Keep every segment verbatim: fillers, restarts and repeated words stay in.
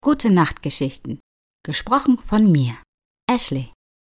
Gute Nachtgeschichten. Gesprochen von mir, Ashley.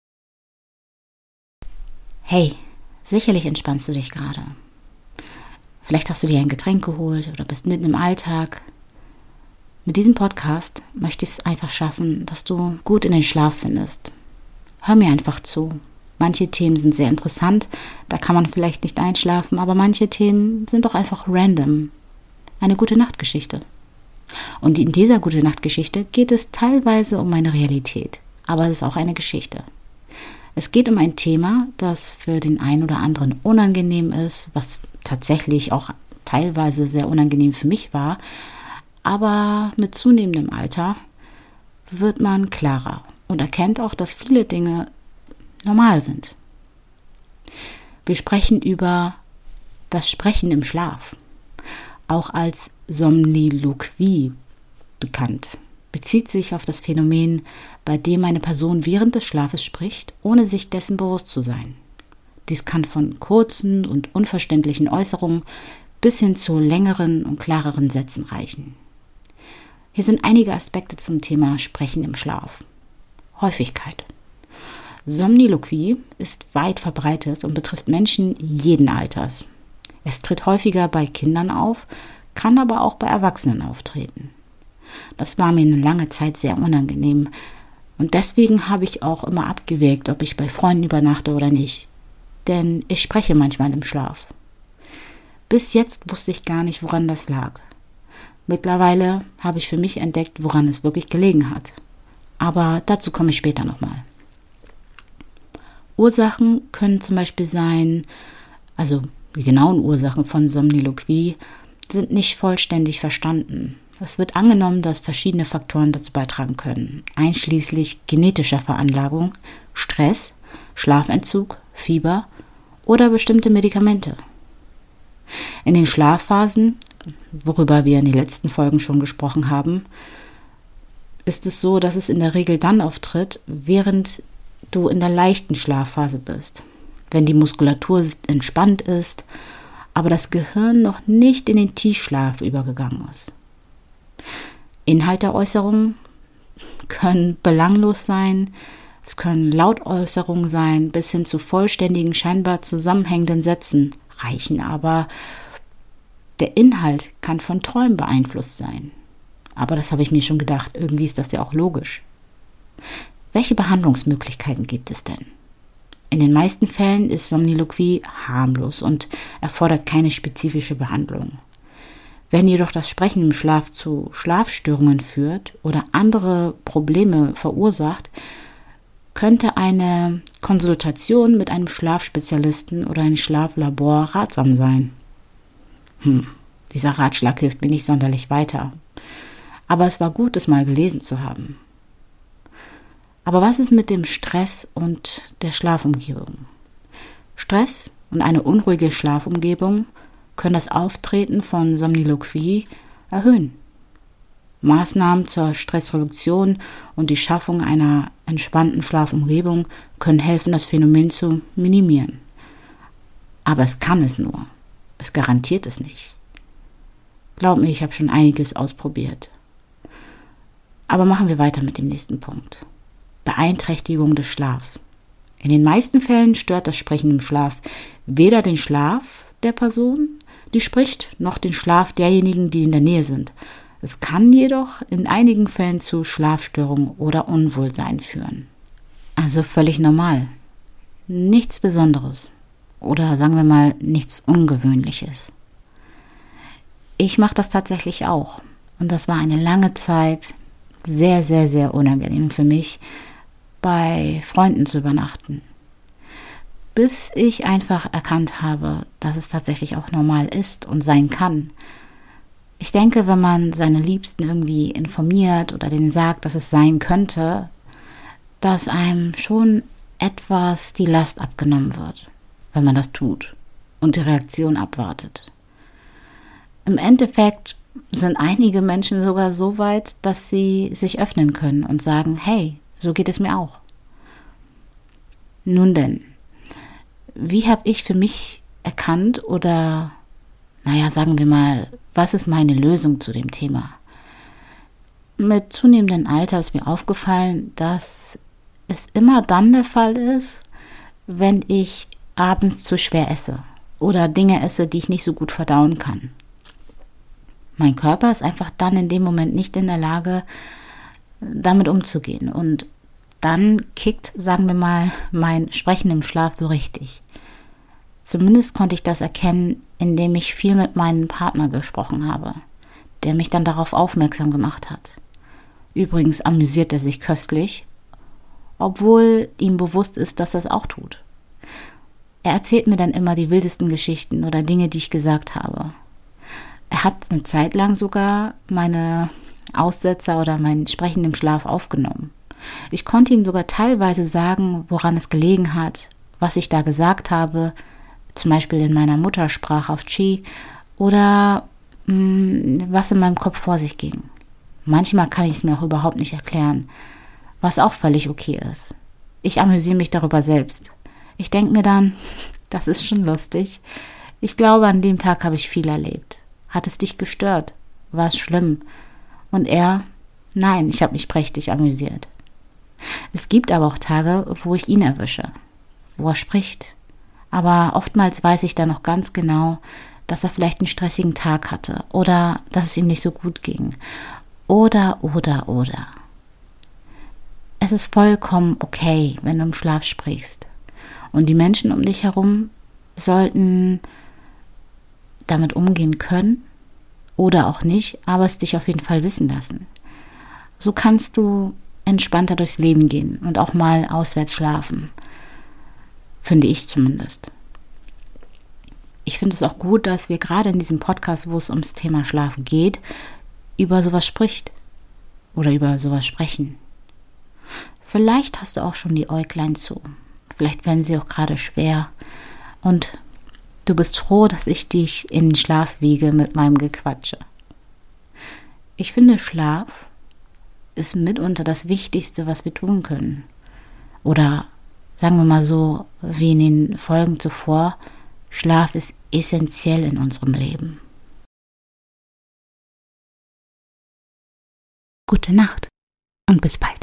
Hey, sicherlich entspannst du dich gerade. Vielleicht hast du dir ein Getränk geholt oder bist mitten im Alltag. Mit diesem Podcast möchte ich es einfach schaffen, dass du gut in den Schlaf findest. Hör mir einfach zu. Manche Themen sind sehr interessant, da kann man vielleicht nicht einschlafen, aber manche Themen sind doch einfach random. Eine gute Nachtgeschichte. Und in dieser Gute-Nacht-Geschichte geht es teilweise um meine Realität, aber es ist auch eine Geschichte. Es geht um ein Thema, das für den einen oder anderen unangenehm ist, was tatsächlich auch teilweise sehr unangenehm für mich war, aber mit zunehmendem Alter wird man klarer und erkennt auch, dass viele Dinge normal sind. Wir sprechen über das Sprechen im Schlaf. Auch als Somniloquie bekannt, bezieht sich auf das Phänomen, bei dem eine Person während des Schlafes spricht, ohne sich dessen bewusst zu sein. Dies kann von kurzen und unverständlichen Äußerungen bis hin zu längeren und klareren Sätzen reichen. Hier sind einige Aspekte zum Thema Sprechen im Schlaf. Häufigkeit. Somniloquie ist weit verbreitet und betrifft Menschen jeden Alters. Es tritt häufiger bei Kindern auf, kann aber auch bei Erwachsenen auftreten. Das war mir eine lange Zeit sehr unangenehm und deswegen habe ich auch immer abgewägt, ob ich bei Freunden übernachte oder nicht. Denn ich spreche manchmal im Schlaf. Bis jetzt wusste ich gar nicht, woran das lag. Mittlerweile habe ich für mich entdeckt, woran es wirklich gelegen hat. Aber dazu komme ich später nochmal. Ursachen können zum Beispiel sein, also die genauen Ursachen von Somniloquie sind nicht vollständig verstanden. Es wird angenommen, dass verschiedene Faktoren dazu beitragen können, einschließlich genetischer Veranlagung, Stress, Schlafentzug, Fieber oder bestimmte Medikamente. In den Schlafphasen, worüber wir in den letzten Folgen schon gesprochen haben, ist es so, dass es in der Regel dann auftritt, während du in der leichten Schlafphase bist. Wenn die Muskulatur entspannt ist, aber das Gehirn noch nicht in den Tiefschlaf übergegangen ist. Inhalt der Äußerungen können belanglos sein, es können Lautäußerungen sein, bis hin zu vollständigen, scheinbar zusammenhängenden Sätzen reichen, aber der Inhalt kann von Träumen beeinflusst sein. Aber das habe ich mir schon gedacht, irgendwie ist das ja auch logisch. Welche Behandlungsmöglichkeiten gibt es denn? In den meisten Fällen ist Somniloquie harmlos und erfordert keine spezifische Behandlung. Wenn jedoch das Sprechen im Schlaf zu Schlafstörungen führt oder andere Probleme verursacht, könnte eine Konsultation mit einem Schlafspezialisten oder einem Schlaflabor ratsam sein. Hm, dieser Ratschlag hilft mir nicht sonderlich weiter. Aber es war gut, es mal gelesen zu haben. Aber was ist mit dem Stress und der Schlafumgebung? Stress und eine unruhige Schlafumgebung können das Auftreten von Somniloquie erhöhen. Maßnahmen zur Stressreduktion und die Schaffung einer entspannten Schlafumgebung können helfen, das Phänomen zu minimieren. Aber es kann es nur. Es garantiert es nicht. Glaub mir, ich habe schon einiges ausprobiert. Aber machen wir weiter mit dem nächsten Punkt. Beeinträchtigung des Schlafs. In den meisten Fällen stört das Sprechen im Schlaf weder den Schlaf der Person, die spricht, noch den Schlaf derjenigen, die in der Nähe sind. Es kann jedoch in einigen Fällen zu Schlafstörungen oder Unwohlsein führen. Also völlig normal. Nichts Besonderes. Oder sagen wir mal, nichts Ungewöhnliches. Ich mache das tatsächlich auch. Und das war eine lange Zeit sehr, sehr, sehr unangenehm für mich, bei Freunden zu übernachten. Bis ich einfach erkannt habe, dass es tatsächlich auch normal ist und sein kann. Ich denke, wenn man seine Liebsten irgendwie informiert oder denen sagt, dass es sein könnte, dass einem schon etwas die Last abgenommen wird, wenn man das tut und die Reaktion abwartet. Im Endeffekt sind einige Menschen sogar so weit, dass sie sich öffnen können und sagen, hey, so geht es mir auch. Nun denn, wie habe ich für mich erkannt oder, naja, sagen wir mal, was ist meine Lösung zu dem Thema? mit zunehmendem Alter ist mir aufgefallen, dass es immer dann der Fall ist, wenn ich abends zu schwer esse oder Dinge esse, die ich nicht so gut verdauen kann. Mein Körper ist einfach dann in dem Moment nicht in der Lage, damit umzugehen. Und dann kickt, sagen wir mal, mein Sprechen im Schlaf so richtig. Zumindest konnte ich das erkennen, indem ich viel mit meinem Partner gesprochen habe, der mich dann darauf aufmerksam gemacht hat. Übrigens amüsiert er sich köstlich, obwohl ihm bewusst ist, dass er es auch tut. Er erzählt mir dann immer die wildesten Geschichten oder Dinge, die ich gesagt habe. Er hat eine Zeit lang sogar meine Aussetzer oder mein Sprechen im Schlaf aufgenommen. Ich konnte ihm sogar teilweise sagen, woran es gelegen hat, was ich da gesagt habe, zum Beispiel in meiner Muttersprache auf Chi oder mh, was in meinem Kopf vor sich ging. Manchmal kann ich es mir auch überhaupt nicht erklären, was auch völlig okay ist. Ich amüsiere mich darüber selbst. Ich denke mir dann, das ist schon lustig. Ich glaube, an dem Tag habe ich viel erlebt. Hat es dich gestört? War es schlimm? Und er, nein, ich habe mich prächtig amüsiert. Es gibt aber auch Tage, wo ich ihn erwische, wo er spricht. Aber oftmals weiß ich dann noch ganz genau, dass er vielleicht einen stressigen Tag hatte oder dass es ihm nicht so gut ging. Oder, oder, oder. Es ist vollkommen okay, wenn du im Schlaf sprichst. Und die Menschen um dich herum sollten damit umgehen können oder auch nicht, aber es dich auf jeden Fall wissen lassen. So kannst du entspannter durchs Leben gehen und auch mal auswärts schlafen. Finde ich zumindest. Ich finde es auch gut, dass wir gerade in diesem Podcast, wo es ums Thema Schlaf geht, über sowas spricht oder über sowas sprechen. Vielleicht hast du auch schon die Äuglein zu. Vielleicht werden sie auch gerade schwer und du bist froh, dass ich dich in den Schlaf wiege mit meinem Gequatsche. Ich finde, Schlaf ist mitunter das Wichtigste, was wir tun können. Oder sagen wir mal so, wie in den Folgen zuvor, Schlaf ist essentiell in unserem Leben. Gute Nacht und bis bald.